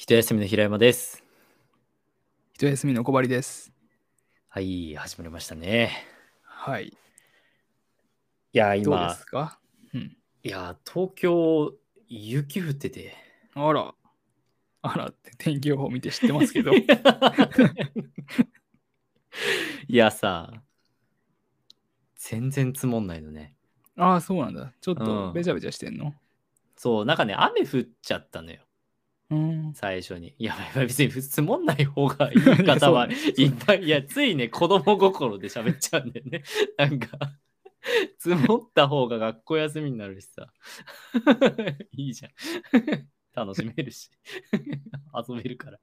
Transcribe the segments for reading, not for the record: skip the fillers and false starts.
一休みの平山です。 一休みの小針です。 はい、始まりましたね。 はい。 いや、 どうで今、 すか？うん。 東京、雪降ってて。 あら、あらって天気予報見て知ってますけど。 いやさ、全然積もんないのね。 ああ、そうなんだ。ちょっうん。 とべちゃべちゃしてんの？ そう、なんかね、雨降っちゃったのよ。 うん。 最初に。いや、別に積もんない方がいいいや、 方はそうだね。そうだね。 いっぱい。いや、ついね、子供心で喋っちゃうんだよね。なんか、積もった方が学校休みになるしさ。いいじゃん。楽しめるし。遊べるから。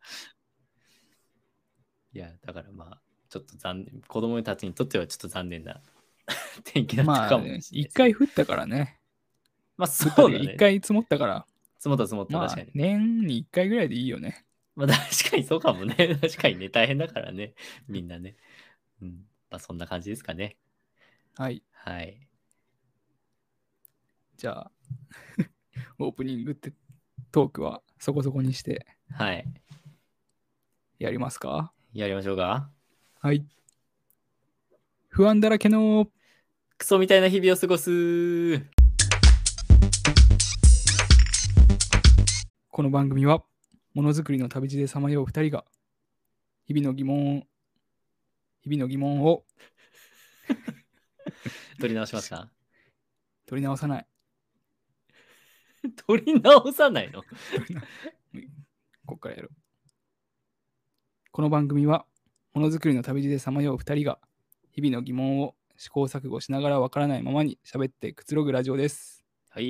いや、だからまあ、ちょっと残念。子供たちにとってはちょっと残念な天気だったまあ、 かもしれない一ですね。 回降ったからね。 まあ、 降ったというかそうだね。 一回積もったから、 積もった積もった、確まあ、 かに。 年に一回ぐらいでいいよね。 まあ、確かにそうかもね。確かにね、大変だからね。みんなね。うん。まあ、そんな感じですかね。 はい。 はい。 じゃあ、オープニングってトークはそこそこにしてはい。 やりますか？ やりましょうか。 はい。不安だらけのクソみたいな日々を過ごす。 この番組は、ものづくりの旅路でさまよう二人が、日々の疑問を取り直しますか？ 取り直さない。 取り直さないの？ こっからやる。この番組は、ものづくりの旅路でさまよう二人が、日々の疑問を試行錯誤しながらわからないままに喋ってくつろぐラジオです。 はい。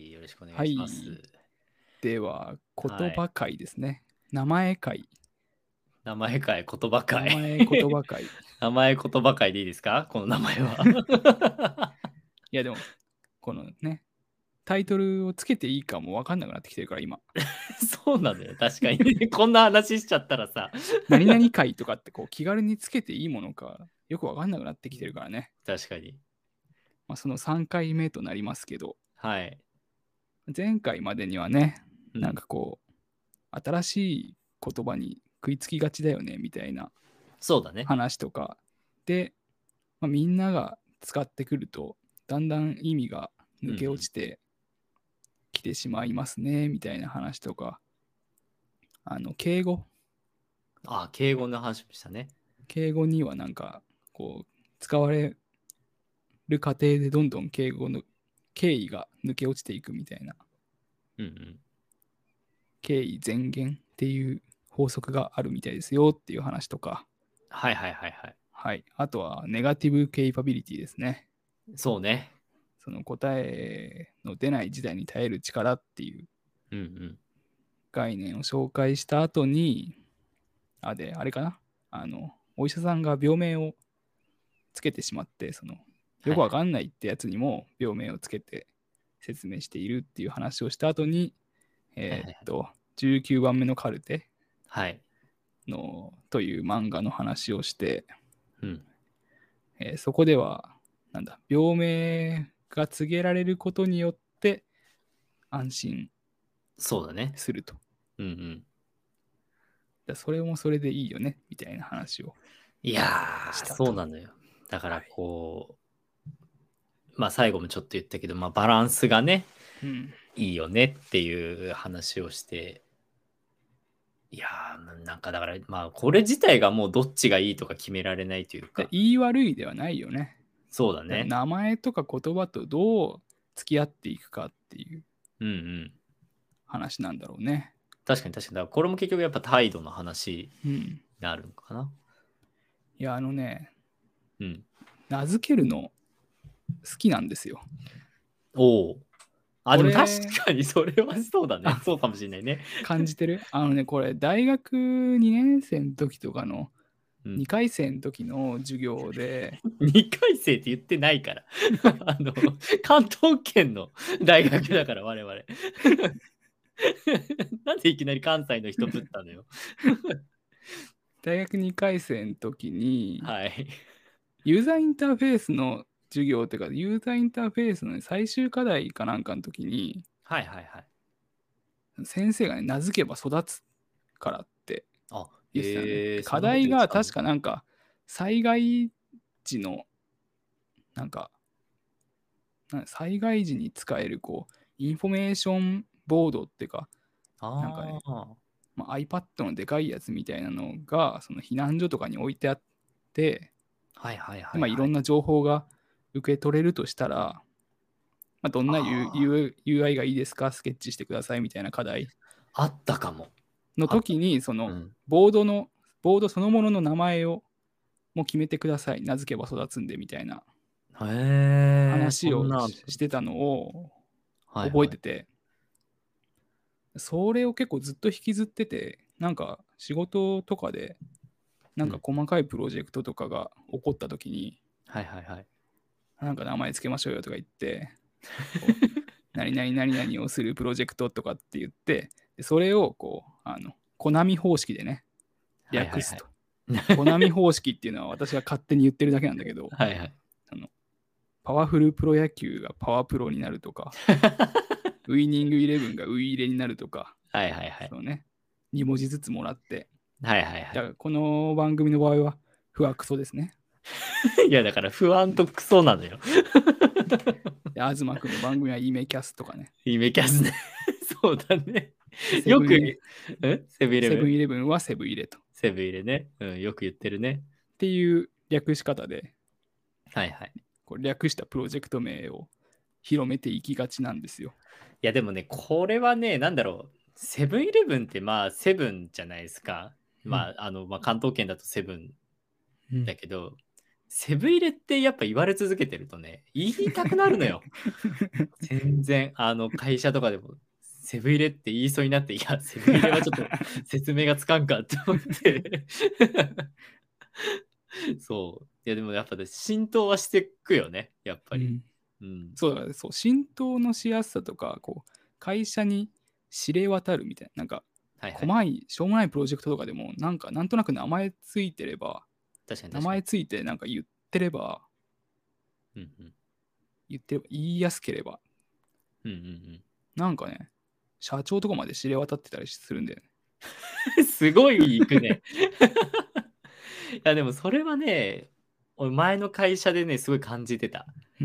よろしくお願はいします。 い。では、 はい。 言葉会ですね。名前会。 名前会、言葉会。 名前言葉会。 名前言葉会でいいですか？この名前は。 いや、でも、このね、タイトルをつけていいかもわかんなくなってきてるから、今。 そうなのよ。確かに。こんな話しちゃったらさ。 何々会とかってこう気軽につけていいものか、よくわかんなくなってきてるからね。 確かに。 まあ、その3回目となりますけど、 はい。 前回までにはね、なんうん。 かこう、新しい言葉に食いつきがちだよねみたいなそうだね。 話とかで、まあ、みんなが使ってくるとだんだん意味が抜け落うんうん。 ちてきてしまいますねみたいな話とか、敬語あ、敬語の話もしたね。 にはなんかこう使われる過程でどんどん敬語の敬意が抜け落ちていくみたいな、 うんうん。 敬意前言っていう法則があるみたいですよっていう話とか、 はいはいはいはい。 はい。あとは、ネガティブケイパビリティですね。 そうね。 その答えの出ない時代に耐える力っていううんうん。 概念を紹介した後に、あれかな。お医者さんが病名をつけてしまって、よくわはいはい。 かんないってやつにも病名をつけて説明しているっていう話をした後に、 はいはいはい。 19番目のカルテはい。 という漫画の話をして、 うん。 そこでは、病名が告げられることによって安心そうだね。 すると。 うんうん。 それもそれでいいよね、みたいな話をいやー、 したと。 そうなのよ。だからはい。 こう、まあ最後もちょっと言ったけど、まあバランスがね、 うん。 いいよねっていう話をして、いやー、なんかだから、まあこれ自体がもうどっちがいいとか決められないというか、 言い悪いではないよね。 そうだね。 名前とか言葉とどう付き合っていくかっていううんうん。 話なんだろうね。 確かに確かに。だからこれも結局やっぱ態度の話うん。 になるのかな。 いや、 うん。 名付けるの好きなんですよ。 おお。あ、 こでも確れ、 かにそれはそうだね。 あ、 そうかもしれないね。 感じてる？これ、大学2年生の時とかのうん。 2回生の時の授業で、 2回生って言ってないから。関東圏の大学だから我々。なんでいきなり関西の人ぶったのよ。 大学2回生の時に、 はい。 ユーザーインターフェースの授業っていうか、ユーザーインターフェースの最終課題かなんかの時に、 はいはいはい。 先生がね、名付けば育つっからってあ、 言ってたね。課そんなこと題言ってたの？ が確かなんか災害時のなんか災害時に使えるこうインフォメーションボードっていうかなんかね、 あ iPad のでかいやつみたいなのがその避難所とかに置いてあって、 はいはいではいはい。 いろんな情報が受け取れるとしたら、どんなあ UI がいいですか、スケッチしてくださいみたいな課題あ、あったかも。 のあった。 時に、そのうん。 ボードそのものの名前をもう決めてください。名付けば育つんでみたいなへえ、そ話をんな、 してたのをはいはい。 覚えてて、それを結構ずっと引きずってて、なんか仕事とかで、なんかうん。 細かいプロジェクトとかが起こった時に、 はいはいはい。 なんか名前つけましょうよとか言って、こう何々何々をするプロジェクトとかって言って、でそれをこう、コナミ方式でね、 はいはいはい。 略すと。コナミ方式っていうのは私が勝手に言ってるだけなんだけど、 はいはい。 あのパワフルプロ野球がパワープロになるとか、ウイニングイレブンがウイイレになるとか、 はいはいはい。 そうね、2文字ずつもらって、 はいはいはい。 だからこの番組の場合は、ふわクソですね。 いやだから不安とクソなのよ。 で、東くんの番組はイメキャスとかね。 イメキャスね。そうだね。 で、セよくブンイセブンイレブンレブンはセブンイレと。っセブンイレね。うん、よく言ってるね。 ていう略し方で、 はいはい。 こう略したプロジェクト名を広めていきがちなんですよ。 いやでもね、これはね、なんだろう。セブンイレブンってまあセブンじゃないですか。まあ、関東圏だとセブンうん。 だけど、セブン入れってやっぱ言われ続けてるとね、言いたくなるのよ。全然、会社とかでも、セブン入れって言いそうになって、いや、セブン入れはちょっと説明がつかんかって思って。そう。いや、でもやっぱね、浸透はしてくよね、やっぱり。 うん、 うん。 そうだね、そう、浸透のしやすさとか、こう、会社に知れ渡るみたいな、なんか、 はいはい。 細い、しょうもないプロジェクトとかでも、なんとなく名前ついてれば、名確かに確かに。 前ついてなんか言ってれば、 うんうん。 言いやすければ、 うんうんなんかね、社長とかまで知れ渡ってたりするんだよね。 うん。すごい行くね。いや、でもそれはね、俺前の会社でね、すごい感じてた。 うん。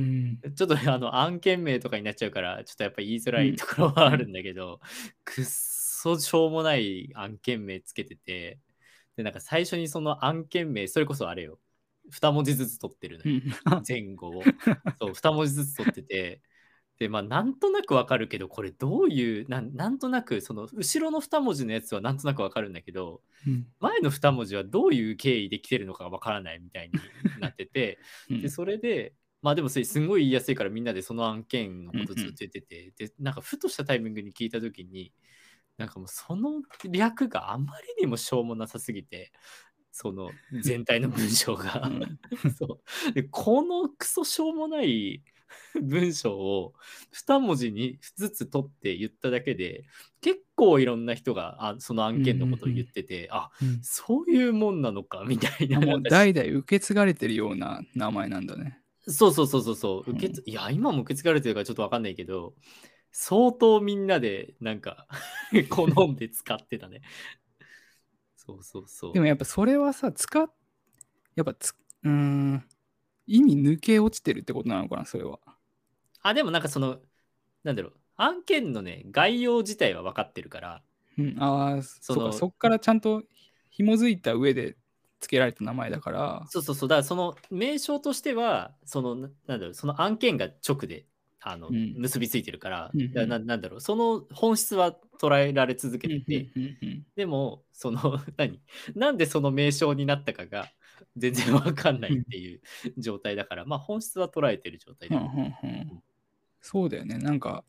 ちょっとね、案件名とかになっちゃうから、ちょっとやっぱ言いづらいうん。 ところはうん。 あるんだけど、くっそしょうもない案件名つけてて、で、なんか最初にその案件名、それこそあれよ、2文字ずつ取ってるのよ。 うん。 前後を。そう、2文字ずつ取ってて、で、まあ、なんとなくわかるけど、これどういう、なんとなく、その後ろの2文字のやつはなんとなくわかるんだけど、 うん。 前の2文字はどういう経緯で来てるのかわからないみたいになってて、で、 うん。 それで、まあでもそれすごい言いやすいからみんなでその案件のうん。 ことずっと言ってて、で、なんかふとしたタイミングに聞いたときに、なんかもうその略があまりにもしょうもなさすぎて、その全体の文章が。 うん。 そう。で、このクソしょうもない文章を2文字にずつ取って言っただけで、結構いろんな人がその案件のことを言ってて、あ、 うん。 そういうもんなのかみたいな、 もなんかう代々受け継がれてるような名前なんだね。 そうそうそうそうそう、 うん。 いや、今も受け継がれてるかちょっとわかんないけど、相当みんなでなんか好んで使ってたね。そうそうそう。 でもやっぱそれはさ、やっぱうーん、意味抜け落ちてるってことなのかな、それは。 でもなんかその、なんだろう、案件のね、概要自体は分かってるから、 うん。ああ、そうか、 その、 そっからちゃんと紐づいた上で付けられた名前だから、 そうそうそう、だからその名称としては、なんだろう、その案件が直で、 うん。 結びついてるから、 うん。うん。 なんだろう、その本質は捉えられ続けうん。 てて、 うん。うん。 でも、なんでその名称になったかが全然わかんなうん。 いっていう状態だから、まあ本質は捉えてる状態うん。うだよね。 ん。そうだよね。なんか、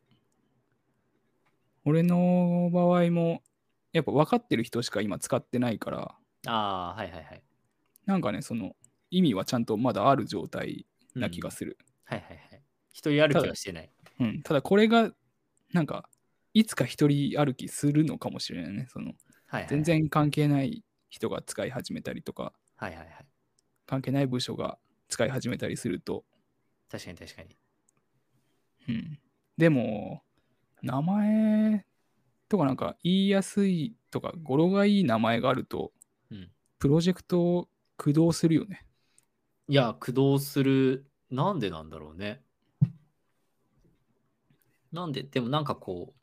俺の場合も、やっぱ分かってる人しか今使ってないから、 ああ、はいはいはい。 なんかね、その意味はちゃんとまだある状態な気がうん。 する。 はいはいはい。一人歩ただ、 きはしてない。 ただこれが、なんか、いつか一人歩きするのかもしれないね。全はいはいはい。 然関係ない人が使い始めたりとか、 はいはいはい。 関係ない部署が使い始めたりすると、 確かに確かに。 うん。でも、名前とかなんか言いやすいとか語呂がいい名前があると、 うん。 プロジェクトを駆動するよね。 いや、駆動する。なんでなんだろうね。なんで、でもなんかこう、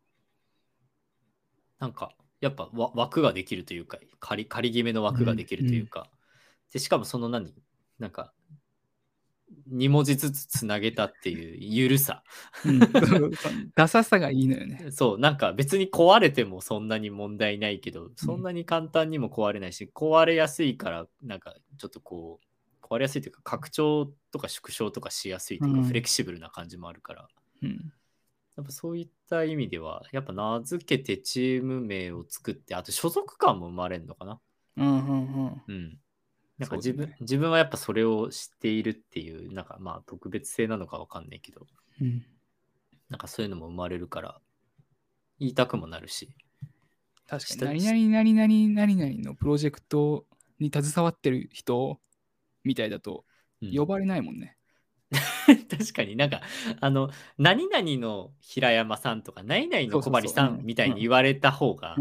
なんか、やっぱ枠ができるというか、仮決めの枠ができるというか、で、しかもそのなんか、2文字ずつつなげたっていうゆるさ。 ダサさがいいのよね。 そう、なんか別に壊れてもそんなに問題ないけど、そんなに簡単にも壊れないし、壊れやすいから、なんかちょっとこう、壊れやすいというか、拡張とか縮小とかしやすいというか、フレキシブルな感じもあるから、やっぱそういった意味では、やっぱ名付けてチーム名を作って、あと所属感も生まれるのかな。うん。なんか自分はやっぱそれを知っているっていう、なんかまあ特別性なのかわかんないけど、なんかそういうのも生まれるから、言いたくもなるし。 確かに、何々何々何々のプロジェクトに携わってる人みたいだと呼ばれないもんね。 確かになんか、何々の平山さんとか、何々の小針さんみたいに言われた方が、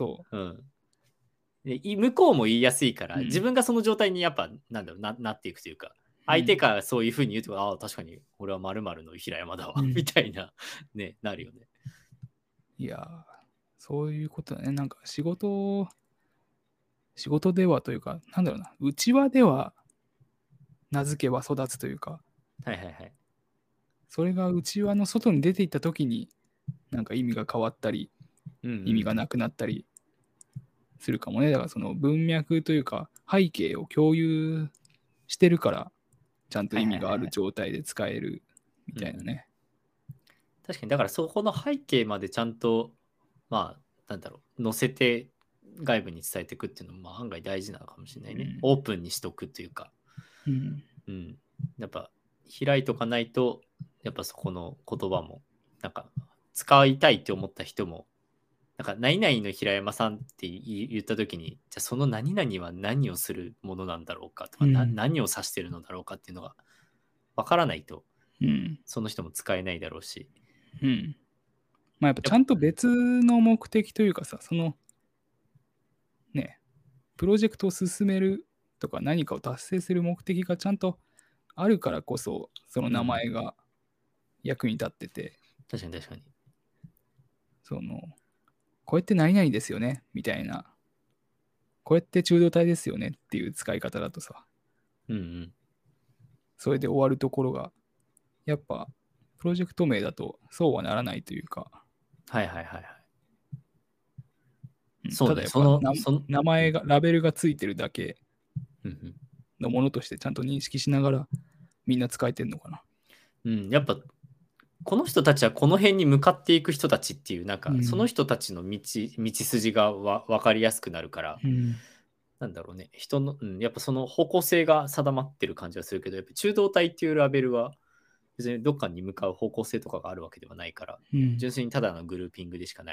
で向こうも言いやすいから、自分がその状態にやっぱ、なんだろうなっていくというか、相手からそういうふうに言うと、ああ、確かに俺は〇〇の平山だわ、みたいな、ね、なるよね。 いや、そういうことだね。なんか仕事ではというか、なんだろうな、うちわでは名付けば育つというか、 はいはいはい。 それがうちわの外に出ていった時に、なんか意味が変わったり、意味がなくなったりするかもね。だからその文脈というか、背景を共有してるから、ちゃんと意味がある状態で使えるみたいなね。 確かに、だからそこの背景までちゃんと、まあ、なんだろう、載せて外部に伝えていくっていうのも、まあ、案外大事なのかもしれないね。オープンにしとくというか。やっぱ、開いとかないと、やっぱそこの言葉も、なんか、使いたいって思った人も、なんか、何々の平山さんって言ったときに、じゃあその何々は何をするものなんだろうかとか、何を指してるのだろうかっていうのが、わからないと、その人も使えないだろうし。 まあやっぱちゃんと別の目的というかさ、その、ね、プロジェクトを進めるとか何かを達成する目的がちゃんとあるからこそ、その名前が役に立ってて、 確かに確かに。 その、こうやって何々ですよね、みたいな、こうやって中道体ですよねっていう使い方だとさ、それで終わるところが、やっぱ、プロジェクト名だとそうはならないというか、 はいはいはいはい。 ただやっぱ名前が、ラベルがついてるだけのものとしてちゃんと認識しながらみんな使えてんのかな。 やっぱこの人たちはこの辺に向かっていく人たちっていう、なんかその人たちの道筋が分かりやすくなるから、なんだろうね、人の、やっぱその方向性が定まってる感じはするけど、やっぱ中道体っていうラベルは別にどっかに向かう方向性とかがあるわけではないから、純粋にただのグルーピングでしかない。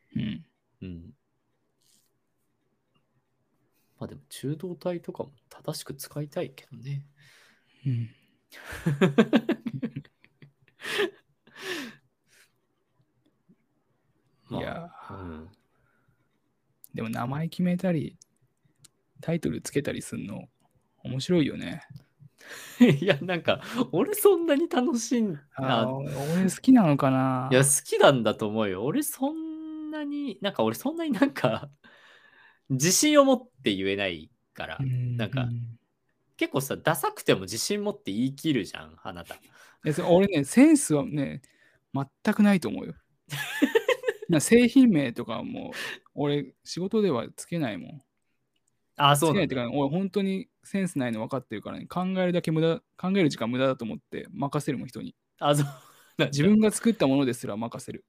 まあでも中道体とかも正しく使いたいけどね。 いや、でも名前決めたり、タイトルつけたりするの面白いよね。 いや、なんか、俺そんなに楽しん俺好きなのかな。 いや、好きなんだと思うよ。俺そんなになんか自信を持って言えないから、なんか、結構さ、ダサくても自信持って言い切るじゃん、あなた。 俺ね、センスはね、全くないと思うよ。製品名とかも、俺、仕事ではつけないもん。 そうなんだ。 つけないっていうか、俺、本当にセンスないの分かってるからね、考える時間無駄だと思って任せるもん、人に。 そう自分が作ったものですら任せる。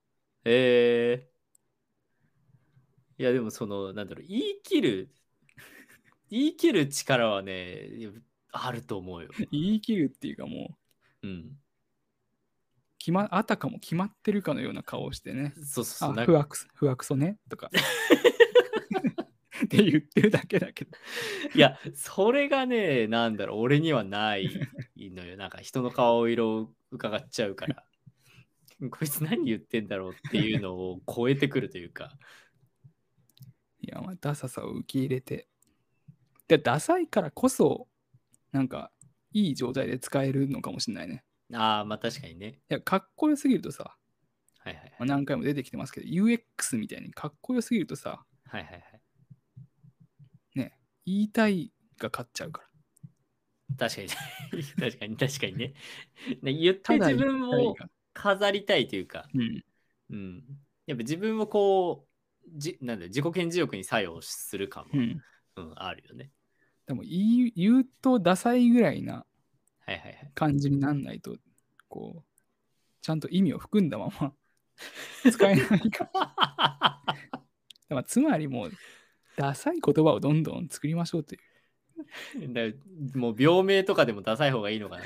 いや、でもなんだろう、言い切る力はね、あると思うよ。 言い切るっていうかもう、あたかも決まってるかのような顔をしてね。ふわくそねとか。って言ってるだけだけど。 いや、それがね、なんだろう、俺にはないのよ。なんか人の顔色を伺っちゃうから。 こいつ何言ってんだろうっていうのを超えてくるというか。 いや、まあ、ダサさを受け入れて。で、ダサいからこそ、なんか、いい状態で使えるのかもしれないね。 ああ、まあ確かにね。 いや、かっこよすぎるとさ、 はいはいはい。 まあ、何回も出てきてますけど、UX みたいにかっこよすぎるとさ、 はいはいはい。 ね、言いたいが勝っちゃうから。 確かに確かにね。言って自ただ言い分をたいが。 飾りたいというか、 うん。 うん。やっぱ自分をこう、なんだ自己顕示欲に作用する感は、 うん。 うん、あるよね。 でも言うとダサいぐらいなはいはいはい。 感じになんないと、こう、ちゃんと意味を含んだまま使えないか。まあ、つまりもう、ダサい言葉をどんどん作りましょうといもう病名とかでもダサい方がいいのかな。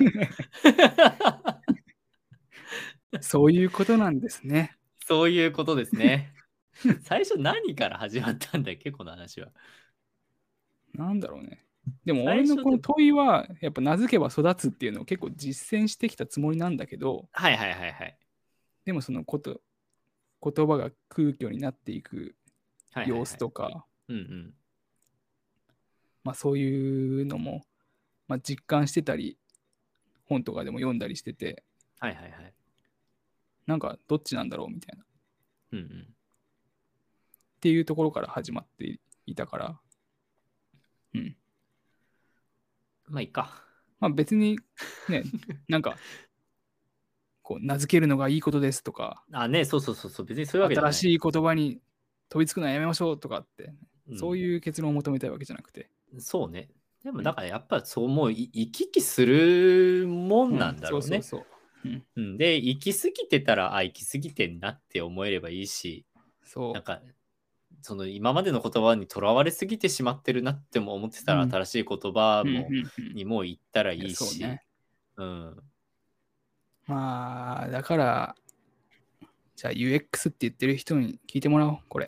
う、そういうことなんですね。 そういうことですね。最初何から始まったんだっけ、この話は。 なんだろうね。でも俺のこの最初でも、 問いは、やっぱ名付けば育つっていうのを結構実践してきたつもりなんだけど、 はいはいはいはい。 でもその言葉が空虚になっていく様はいはいはい。 子とか、 うんうん。 まあそういうのも、まあ、実感してたり、本とかでも読んだりしてて、 はいはいはい。 なんかどっちなんだろうみたいな。っうんうん。 ていうところから始まっていたから、うん。 まあいいか。 まあ別にね、なんかこう名付けるのがいいことですとか、 あ、ね、そうそうそうそう。別にそういうわけではない。 新しい言葉に飛びつくのはやめましょうとかって、 うん。 そういう結論を求めたいわけじゃなくて、 そうね。でもうん、 だからやっぱそうもう行き来するもんなんうん、 だろうね。 そうそうそう。うん、 うん、で、行き過ぎてたら、あ、行き過ぎてんなって思えればいいし、なんそか、その今までの言葉にとらわれすぎてしまってるなっても思ってう。 たら、 うん、 新しい言葉うん、 もうん。 にも行ったらいや、 いいし、 そうね。 うん。 まあ、だから、じゃあ UX って言ってる人に聞いてもらおう、これ。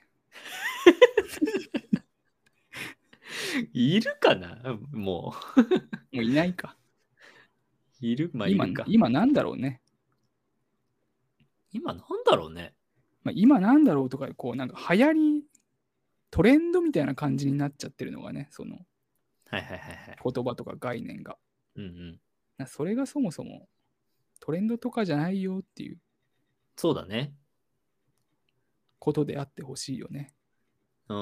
いるかなももういないか。 う。まあいるか。 今なんだろうね。 今なんだろうね。 まあ、今なんだろうとか、こう、なんか流行り、トレンドみたいな感じになっちゃってるのがね、そのはいはいはいはい。 言葉とか概念が。 うんうん。 それがそもそもトレンドとかじゃないよっていうそうだね。 ことであってほしいよね。 うん。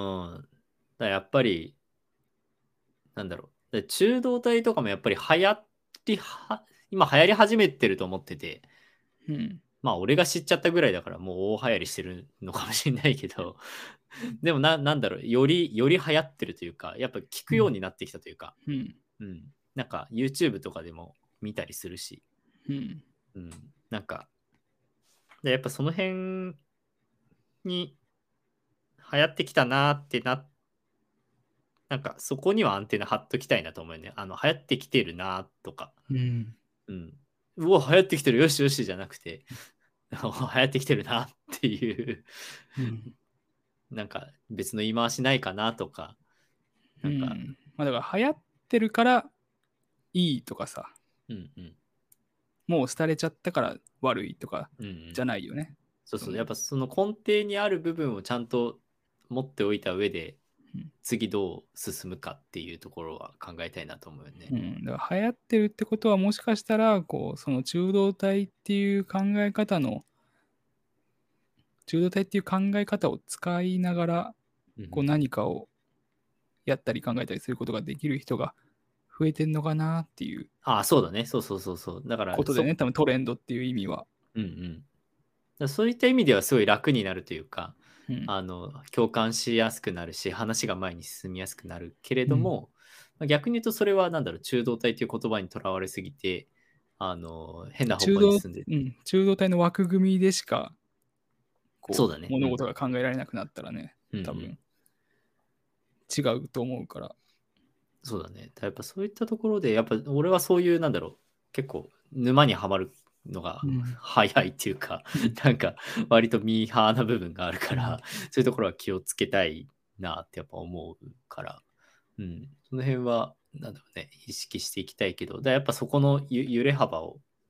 やっぱり、なんだろう。中道体とかもやっぱり今流行り始めてると思ってて、 うん。 まあ俺が知っちゃったぐらいだからもう大流行りしてるのかもしれないけど、でもなんだろう、より流行ってるというか、やっぱ聞くようになってきたというか、 うん。 うん。なんか YouTube とかでも見たりするし、 うん。 うん。なんか、やっぱその辺に流行ってきたなーってなんかそこにはアンテナ張っときたいなと思うよね。流行ってきてるなーとか、 うん。 うん。うわ、流行ってきてる、よしよしじゃなくて、流行ってきてるなっていううん。 なんか別の言い回しないかなとか、なんか、 うん。まあだから流行ってるからいいとかさ、 うんうん、 もう廃れちゃったから悪いとかうんうん。 じゃないよね。 そうそう、 その、 やっぱその根底にある部分をちゃんと持っておいた上で、 うん次どう進むかっていうところは考えたいなと思うよね。 うん、だから流行ってるってことはもしかしたらこうその中道体っていう考え方の中道体っていう考え方を使いながらこううんうん、 何かをやったり考えたりすることができる人が増えてんのかなっていうああ、そうだね。そうそうそうそう。だから、 ことでね、多分トレンドっていう意味は。 うんうん。そういった意味ではすごい楽になるというか、 うん。 共感しやすくなるし、話が前に進みやすくなるけれうん、 ども、逆に言うとそれはなんだろう、中道体という言葉にとらわれすぎて、変な方向に進んで、 中道体の枠組みでしかこそうだね。うん。 う物事が考えられなくなったらね、 うんうん。 多分違うと思うから。 そうだね。やっぱそういったところで、やっぱ俺はそういう、なんだろう、結構沼にはまるのがうん。 早いっていうか、 うん。 なんか割とミーハーな部分があるかうん。 ら、そういうところは気をつけたいなってやっぱ思うから、うん、その辺は、なんだろうね、意識していきたいけど、やっぱそこの揺れ幅を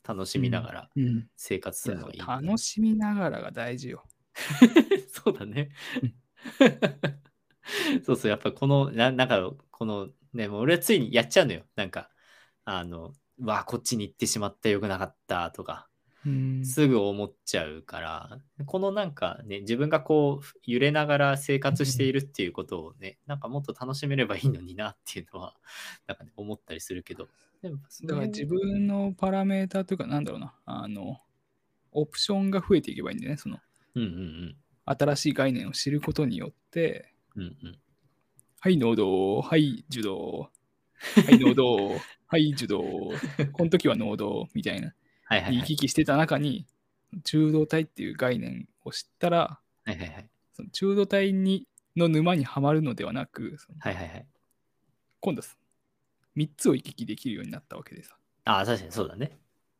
楽しみながらうん。 生活するのがいいね。 楽しみながらが大事よ。 そうだねうん。 そうそう、やっぱこの、なんか、このね、もう俺はついにやっちゃうのよ。なんか、こっちに行ってしまったよくなかったとか、 うん。 すぐ思っちゃうから、このなんかね、自分がこう、揺れながら生活しているっていうことをね、なんかもっと楽しめればいいのになっていうのは、なんかね、思ったりするけど、でもそだかられ、 自分のパラメータというか、なんだろうな、オプションが増えていけばいいんだよね。そのうんうん新しい概念を知ることによって、 うん。うんうん。 はい、能動、はい、受動、はい、能動、はい、受動、この時は能動みたいな、 はいはいはい。 行き来してた中に、中動体っていう概念を知ったら、 はいはいはい。 その中動体の沼にはまるのではなく、 はいはいはい。 今度3つを行き来できるようになったわけでさ。 ああ、確かにそうだね。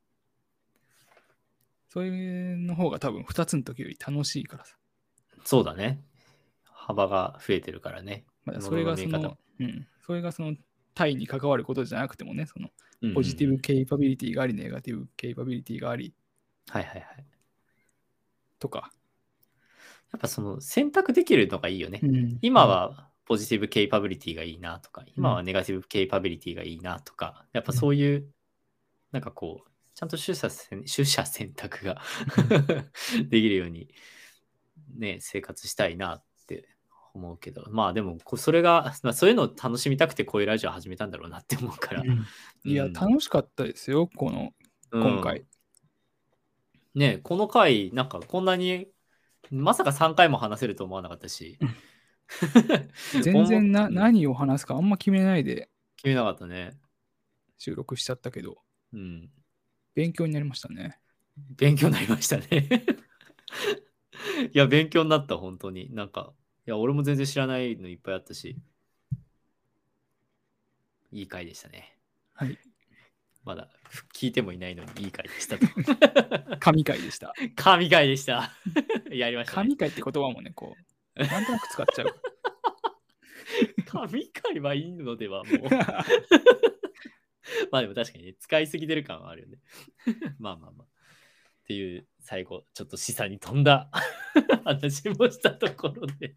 それの方が多分2つの時より楽しいからさ。 そうだね。幅が増えてるからね。 まだそものれの見え方も。 がそれがその対に関わることじゃなくてもね、そのうんうんうポジティブん。 ケイパビリティがあり、ネガティブケイパビリティがありはいはいはい。 とか。 やっぱその選択できるのがいいよね。 うん今はポジティブケイパビリティがいいなとか、 うん今はネガティブケイパビリティがいいなとか、やっぱうんそういう、なんかこう、ちゃんと取捨選択ができるようにね、生活したいなって思うけど、まあでも、それが、まあ、そういうのを楽しみたくてこういうラジオ始めたんだろうなって思うから、 いや、 うん。 楽しかったですよ、 うん。 今回。 ね、この回、なんかこんなに、まさか3回も話せると思わなかったし、 全思っ然うん、 何を話すかあんま決めないで決めなかったね。 収録しちゃったけど、 うん。 勉強になりましたね。 勉強になりましたね。いや、勉強になった、本当に。なんか、いや、俺も全然知らないのいっぱいあったし、いい回でしたね。 はい。 まだ聞いてもいないのにいい回でしたと。 神回でした。 神回でした。やりましたね。 神回って言葉もね、なんとなく使っちゃう。 神回はいいのではもう。まあでも確かにね、使いすぎてる感はあるよね。まあまあまあ。っていう最後、ちょっと示唆に富んだ話もしたところで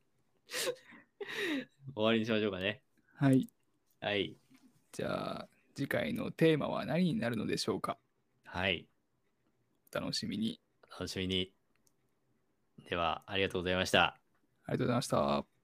終わりにしましょうかね。 はい。 はい。 じゃあ、次回のテーマは何になるのでしょうか。 はい。 お楽しみに。 楽しみに。では、ありがとうございました。 ありがとうございました。